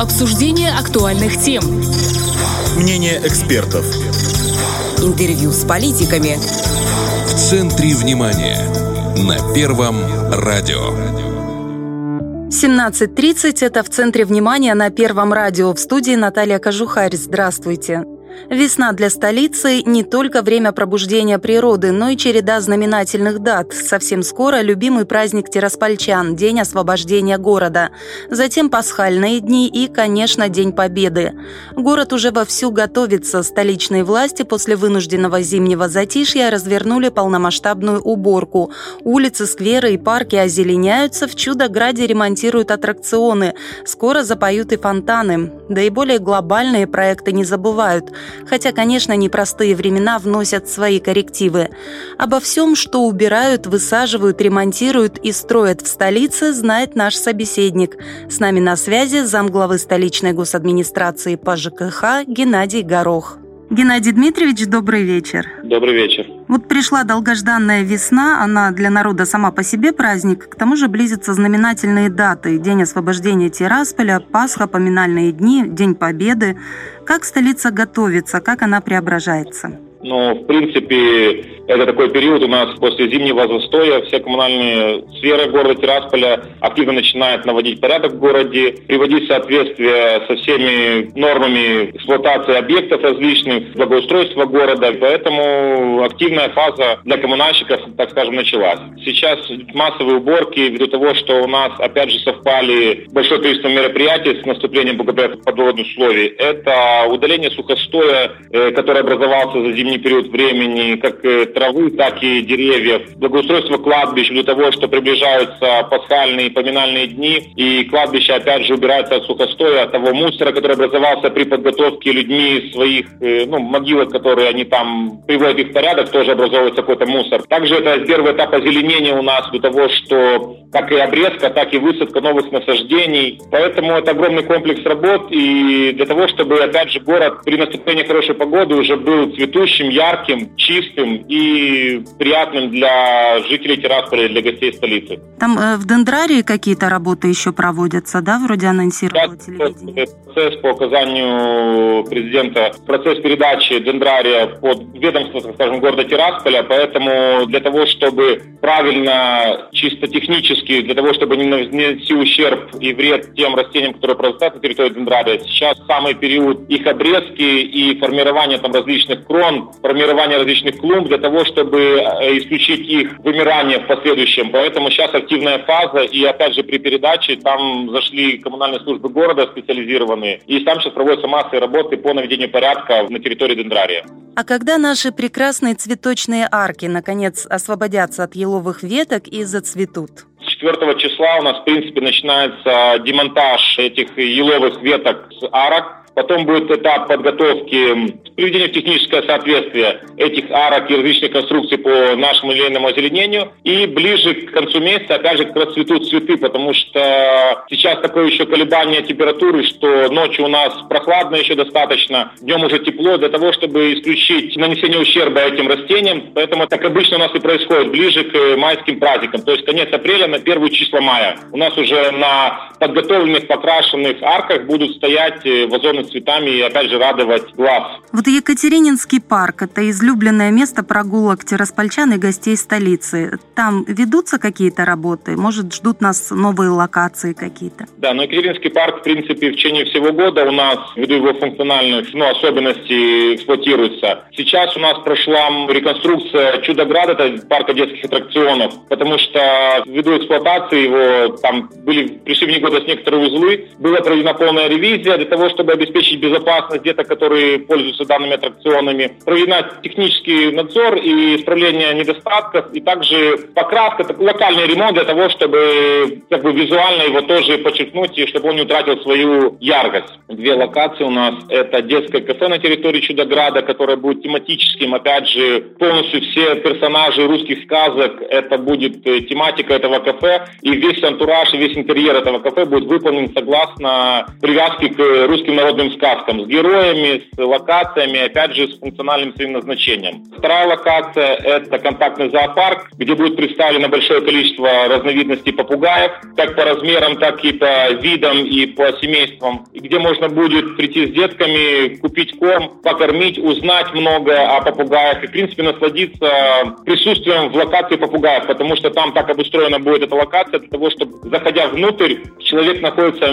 Обсуждение актуальных тем. Мнение экспертов. Интервью с политиками. В центре внимания. На Первом радио. 17:30. Это «В центре внимания» на Первом радио. В студии Наталья Кожухарь. Здравствуйте. Весна для столицы – не только время пробуждения природы, но и череда знаменательных дат. Совсем скоро любимый праздник тираспольчан – День освобождения города. Затем пасхальные дни и, конечно, День Победы. Город уже вовсю готовится. Столичные власти после вынужденного зимнего затишья развернули полномасштабную уборку. Улицы, скверы и парки озеленяются, в Чудограде ремонтируют аттракционы. Скоро запоют и фонтаны. Да и более глобальные проекты не забывают. Хотя, конечно, непростые времена вносят свои коррективы. Обо всем, что убирают, высаживают, ремонтируют и строят в столице, знает наш собеседник. С нами на связи замглавы столичной госадминистрации по ЖКХ Геннадий Горох. Геннадий Дмитриевич, добрый вечер. Добрый вечер. Вот пришла долгожданная весна, она для народа сама по себе праздник, к тому же близятся знаменательные даты: День освобождения Тирасполя, Пасха, поминальные дни, День Победы. Как столица готовится, как она преображается? В принципе, это такой период у нас после зимнего застоя. Все коммунальные сферы города Тирасполя активно начинают наводить порядок в городе, приводить в соответствие со всеми нормами эксплуатации объектов различных, благоустройства города. Поэтому активная фаза для коммунальщиков, так скажем, началась. Сейчас массовые уборки, ввиду того, что у нас опять же совпали большое количество мероприятий с наступлением благоприятных погодных условий. Это удаление сухостоя, который образовался за зимний период времени, как травы, так и деревьев, благоустройство кладбищ для того, что приближаются пасхальные и поминальные дни, и кладбище опять же убирается от сухостоя, от того мусора, который образовался при подготовке людьми своих могилок, которые они там приводят их в порядок, тоже образовывается какой-то мусор. Также это первый этап озеленения у нас для того, что как и обрезка, так и высадка новых насаждений. Поэтому это огромный комплекс работ, и для того, чтобы опять же город при наступлении хорошей погоды уже был цветущим, ярким, чистым и приятным для жителей Тирасполя и для гостей столицы. Там в Дендрарии какие-то работы еще проводятся, да? Вроде анонсировало телевидение. Процесс по указанию президента, процесс передачи Дендрария под ведомство, так скажем, города Тирасполя, поэтому для того, чтобы правильно, чисто технически, для того, чтобы не нанести ущерб и вред тем растениям, которые прорастают на территории Дендрария, сейчас самый период их обрезки и формирования там различных крон, формирование различных клумб для того, чтобы исключить их вымирание в последующем. Поэтому сейчас активная фаза, и опять же при передаче там зашли коммунальные службы города специализированные, и там сейчас проводятся массовые работы по наведению порядка на территории Дендрария. А когда наши прекрасные цветочные арки наконец освободятся от еловых веток и зацветут? С 4 числа у нас, в принципе, начинается демонтаж этих еловых веток с арок. Потом будет этап подготовки, приведения в техническое соответствие этих арок и различных конструкций по нашему линейному озеленению. И ближе к концу месяца опять же как раз цветут цветы, потому что сейчас такое еще колебание температуры, что ночью у нас прохладно еще достаточно, днем уже тепло, для того, чтобы исключить нанесение ущерба этим растениям. Поэтому так обычно у нас и происходит ближе к майским праздникам. То есть конец апреля на 1 числа мая. У нас уже на подготовленных, покрашенных арках будут стоять вазоны цветами и опять же радовать глаз. Вот Екатерининский парк – это излюбленное место прогулок тираспольчан и гостей столицы. Там ведутся какие-то работы? Может, ждут нас новые локации какие-то? Да, но Екатерининский парк, в принципе, в течение всего года у нас, ввиду его функциональных особенностей, эксплуатируется. Сейчас у нас прошла реконструкция Чудограда, это парка детских аттракционов, потому что ввиду эксплуатации его, там пришли в негодность некоторые узлы, была проведена полная ревизия для того, чтобы обеспечить безопасность деток, которые пользуются данными аттракционами, проведена технический надзор и исправление недостатков, и также покраска, такой локальный ремонт для того, чтобы визуально его тоже подчеркнуть и чтобы он не утратил свою яркость. 2 локации у нас — это детское кафе на территории Чудограда, которое будет тематическим, опять же, полностью все персонажи русских сказок, это будет тематика этого кафе, и весь антураж, и весь интерьер этого кафе будет выполнен согласно привязке к русским народным подобным сказкам, с героями, с локациями, опять же, с функциональным своим назначением. Вторая локация – это контактный зоопарк, где будет представлено большое количество разновидностей попугаев, как по размерам, так и по видам и по семействам, где можно будет прийти с детками, купить корм, покормить, узнать много о попугаях и, в принципе, насладиться присутствием в локации попугаев, потому что там так обустроена будет эта локация для того, чтобы, заходя внутрь, человек находится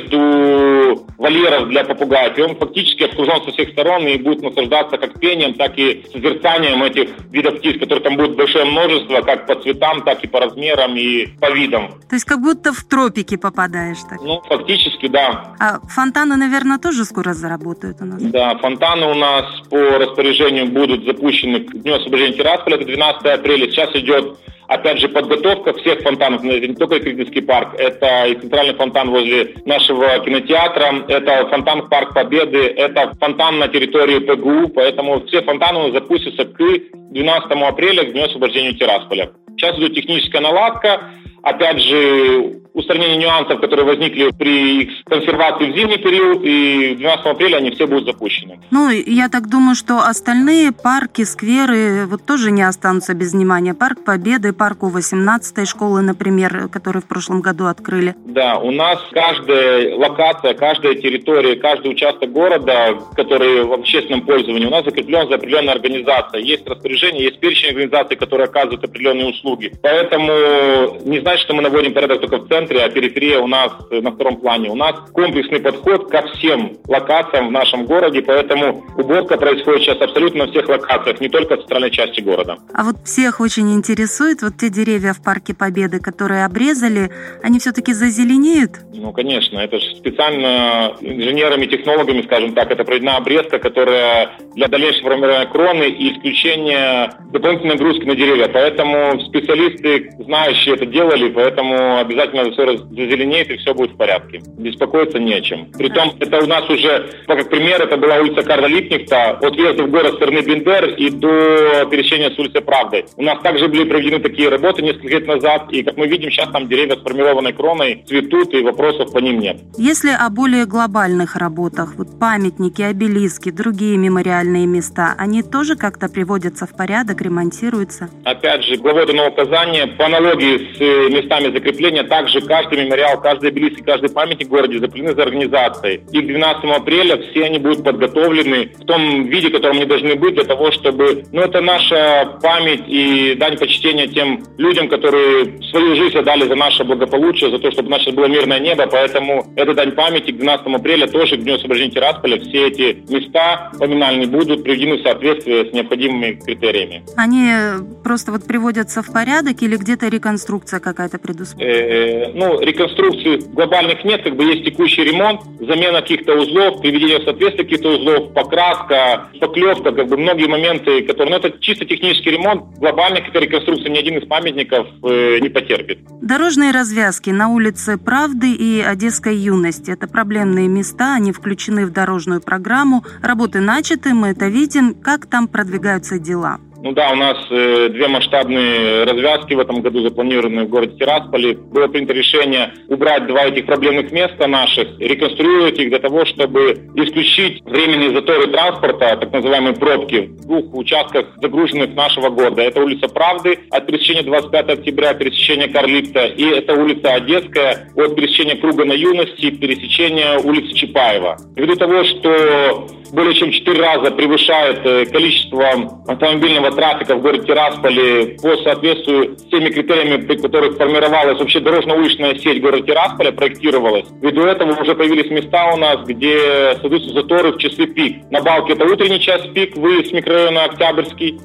между вольеров для попугаев, и он фактически окружен со всех сторон и будет наслаждаться как пением, так и созерцанием этих видов птиц, которых там будет большое множество, как по цветам, так и по размерам и по видам. То есть как будто в тропики попадаешь так? Ну, фактически, да. А фонтаны, наверное, тоже скоро заработают у нас? Да, фонтаны у нас по распоряжению будут запущены к Дню освобождения Тирасполя, это 12 апреля. Сейчас идет, опять же, подготовка всех фонтанов, не только Критический парк, это и центральный фонтан возле нашего кинотеатра, это фонтан в Парк Победы, это фонтан на территории ПГУ, поэтому все фонтаны запустятся к 12 апреля, к Дню освобождения Тирасполя. Сейчас идет техническая наладка, опять же, устранение нюансов, которые возникли при их консервации в зимний период, и 12 апреля они все будут запущены. Ну, я так думаю, что остальные парки, скверы вот тоже не останутся без внимания. Парк Победы, парк у 18-й школы, например, который в прошлом году открыли. Да, у нас каждая локация, каждая территория, каждый участок города, который в общественном пользовании, у нас закреплен за определенной организацией. Есть распоряжение, есть перечень организаций, которые оказывают определенные услуги. Поэтому не значит, что мы наводим порядок только в центре, а периферия у нас на втором плане. У нас комплексный подход ко всем локациям в нашем городе, поэтому уборка происходит сейчас абсолютно на всех локациях, не только в центральной части города. А вот всех очень интересует, вот те деревья в Парке Победы, которые обрезали, они все-таки зазеленеют? Ну, конечно, это же специально инженерами, технологами, скажем так, это проведена обрезка, которая для дальнейшего формирования кроны и исключения дополнительной нагрузки на деревья. Поэтому специалисты, знающие это делали, поэтому обязательно все зазеленеет и все будет в порядке. Беспокоиться не о чем. Притом, это у нас уже, как пример, это была улица Карла Липкнехта, от въезда в город со стороны Бендер и до пересечения с улицей Правды. У нас также были проведены такие работы несколько лет назад, и, как мы видим, сейчас там деревья с формированной кроной цветут, и вопросов по ним нет. Если о более глобальных работах, вот памятники, обелиски, другие мемориальные места, они тоже как-то приводятся в порядок, ремонтируются? Опять же, главой данного указания, по аналогии с местами закрепления, также каждый мемориал, каждый обелиск и каждый памятник в городе закреплены за организацией. И к 12 апреля все они будут подготовлены в том виде, в котором они должны быть, для того, чтобы... Ну, это наша память и дань почтения тем людям, которые свою жизнь отдали за наше благополучие, за то, чтобы у нас сейчас было мирное небо, поэтому это дань памяти. К 12 апреля тоже, к Дню освобождения Тирасполя, все эти места поминальные будут приведены в соответствии с необходимыми критериями. Они просто вот приводятся в порядок или где-то реконструкция какая-то предусмотрена? Ну, реконструкции глобальных нет, как бы есть текущий ремонт, замена каких-то узлов, приведение в соответствие каких-то узлов, покраска, шпаклевка, как бы многие моменты, которые... Ну, это чисто технический ремонт, глобальных каких-то реконструкций ни один из памятников не потерпит. Дорожные развязки на улице Правды и Одесской юности – это проблемные места, они включены в дорожную программу, работы начаты, мы это видим. Как там продвигаются дела? Ну да, у нас две масштабные развязки в этом году запланированы в городе Тирасполе. Было принято решение убрать два этих проблемных места наших, реконструировать их для того, чтобы исключить временные заторы транспорта, так называемые пробки, в двух участках загруженных нашего города. Это улица Правды от пересечения 25 октября, пересечения Карлипта, и это улица Одесская от пересечения Круга на Юности, пересечения улицы Чапаева. Ввиду того, что более чем 4 раза превышает количество автомобильного трафика в городе Тирасполе по соответствию с теми критериями, при которых формировалась вообще дорожно-уличная сеть города Тирасполя, проектировалась. Ввиду этого уже появились места у нас, где создаются заторы в часы пик. На Балке это утренний час пик, выезд с микрорайона Октябрьский.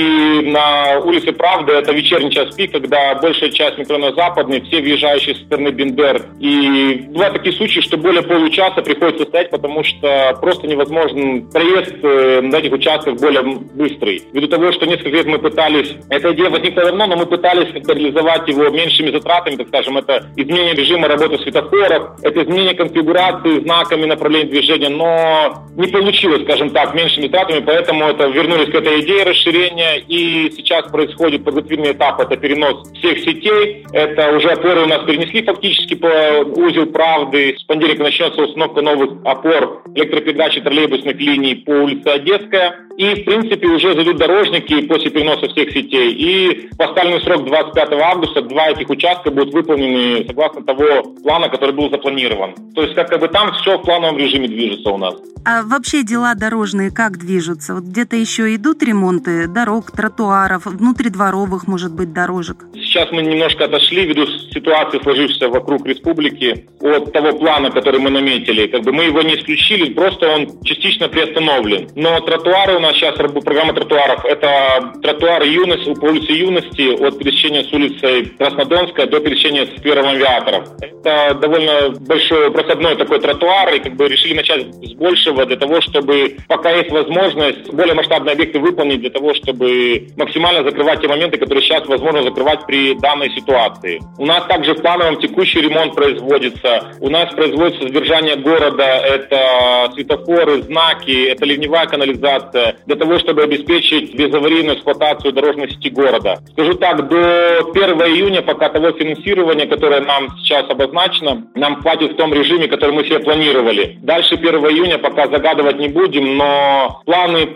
И на улице Правды это вечерний час пик, когда большая часть микрорайона Западный, все въезжающие со стороны Бендер. И бывают такие случаи, что более получаса приходится стоять, потому что просто невозможен проезд на этих участках более быстрый. Ввиду того, что несколько лет мы пытались, эта идея возникла давно, но мы пытались реализовать его меньшими затратами, так скажем, это изменение режима работы светофоров, это изменение конфигурации знаками направления движения, но не получилось, скажем так, меньшими затратами, поэтому это вернулись к этой идее расширения, и сейчас происходит подготовительный этап, это перенос всех сетей, это уже опоры у нас перенесли фактически по узел Правды, с понедельника начнется установка новых опор электропередачи троллейбусных линий по улице Одесская, и, в принципе, уже зайдут дорожники после переноса всех сетей. И поставленный срок 25 августа, 2 этих участка будут выполнены согласно того плана, который был запланирован. То есть, как бы там все в плановом режиме движется у нас. А вообще дела дорожные как движутся? Вот где-то еще идут ремонты дорог, тротуаров, внутридворовых, может быть, дорожек? Сейчас мы немножко отошли ввиду ситуации, сложившейся вокруг республики, от того плана, который мы наметили. Как бы мы его не исключили, просто он частично приостановлен. Но тротуары у нас сейчас, программа тротуаров, это тротуар юности, по улице Юности от пересечения с улицей Краснодонская до пересечения с Первым Авиаторов. Это довольно большой просадной такой тротуар, и как бы решили начать с большего для того, чтобы, пока есть возможность, более масштабные объекты выполнить для того, чтобы максимально закрывать те моменты, которые сейчас возможно закрывать при данной ситуации. У нас также в плановом текущий ремонт производится. У нас производится содержание города, это светофоры, знаки, это ливневая канализация, для того, чтобы обеспечить безаварийную эксплуатацию дорожной сети города. Скажу так, до 1 июня пока того финансирования, которое нам сейчас обозначено, нам хватит в том режиме, который мы себе планировали. Дальше 1 июня пока загадывать не будем, но планы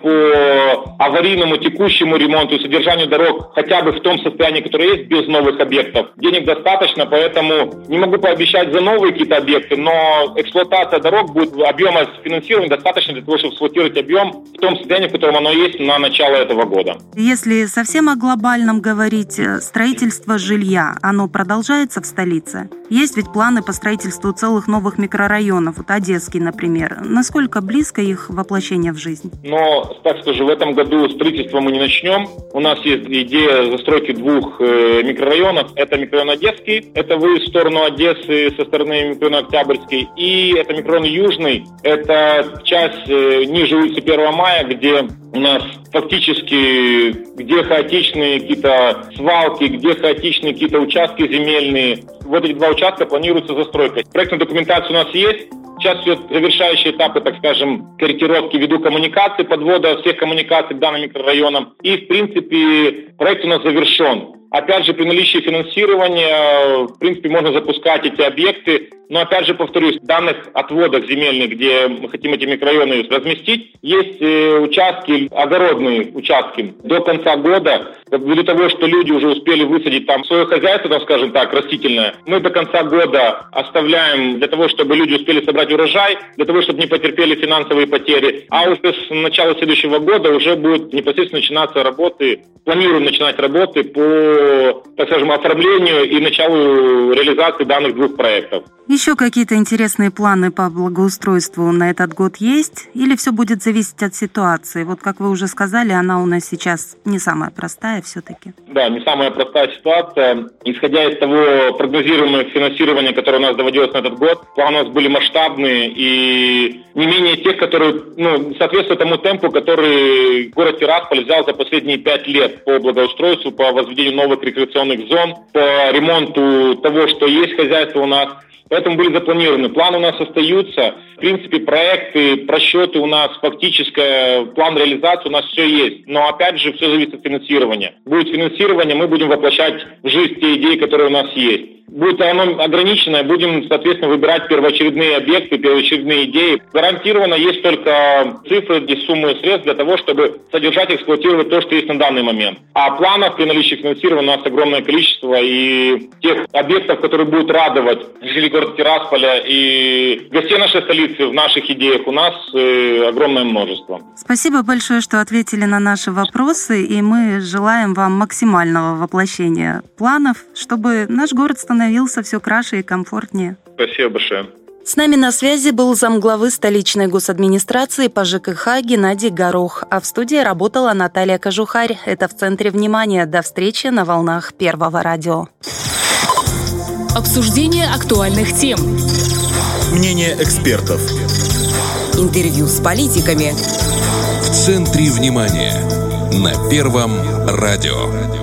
по аварийному текущему ремонту и содержанию дорог хотя бы в том состоянии, которое есть, без новых объектов, денег достаточно, поэтому не могу пообещать за новые какие-то объекты, но эксплуатация дорог будет, объема финансирования достаточно для того, чтобы эксплуатировать объем в том состоянии, в котором оно есть на начало этого года. Если совсем о глобальном говорить, строительство жилья, оно продолжается в столице? Есть ведь планы по строительству целых новых микрорайонов, вот Одесский, например. Насколько близко их воплощение в жизнь? Но, так скажу, в этом году строительство мы не начнем. У нас есть идея застройки 2 микрорайонов. Это микрорайон Одесский, это выезд в сторону Одессы со стороны микрорайона Октябрьский, и это микрорайон Южный, это часть ниже улицы 1 мая, где у нас фактически, где хаотичные какие-то свалки, где хаотичные какие-то участки земельные. Вот эти 2 участка планируется застройка. Проектная документация у нас есть. Сейчас идет завершающие этапы, так скажем, корректировки ввиду коммуникаций, подвода всех коммуникаций к данным микрорайонам. И, в принципе, проект у нас завершен. Опять же, при наличии финансирования, в принципе, можно запускать эти объекты. Но, опять же, повторюсь, в данных отводах земельных, где мы хотим эти микрорайоны разместить, есть участки, огородные участки до конца года. Ввиду того, что люди уже успели высадить там свое хозяйство, там, скажем так, растительное, мы до конца года оставляем для того, чтобы люди успели собрать урожай, для того, чтобы не потерпели финансовые потери. А уже с начала следующего года уже будут непосредственно начинаться работы, планируем начинать работы по, так скажем, оформлению и началу реализации данных 2 проектов. Еще какие-то интересные планы по благоустройству на этот год есть? Или все будет зависеть от ситуации? Вот, как вы уже сказали, она у нас сейчас не самая простая все-таки. Да, не самая простая ситуация. Исходя из того прогнозируемого финансирования, которое у нас доводилось на этот год, планы у нас были масштабные и не менее тех, которые соответствуют тому темпу, который город Тирасполь взял за последние 5 лет по благоустройству, по возведению новых рекреационных зон, по ремонту того, что есть хозяйство у нас. Поэтому были запланированы. Планы у нас остаются. В принципе, проекты, просчеты у нас, фактическая план реализации у нас все есть. Но, опять же, все зависит от финансирования. Будет финансирование, мы будем воплощать в жизнь те идеи, которые у нас есть. Будет оно ограниченное, будем, соответственно, выбирать первоочередные объекты, первоочередные идеи. Гарантированно есть только цифры и суммы средств для того, чтобы содержать и эксплуатировать то, что есть на данный момент. А планов при наличии финансирования у нас огромное количество, и тех объектов, которые будут радовать жителей города Тирасполя и гостей нашей столицы в наших идеях, у нас огромное множество. Спасибо большое, что ответили на наши вопросы, и мы желаем вам максимального воплощения планов, чтобы наш город становился все краше и комфортнее. Спасибо большое. С нами на связи был замглавы столичной госадминистрации по ЖКХ Геннадий Горох, а в студии работала Наталья Кожухарь. Это «В центре внимания». До встречи на волнах Первого радио. Обсуждение актуальных тем. Мнение экспертов. Интервью с политиками. В центре внимания. на Первом радио.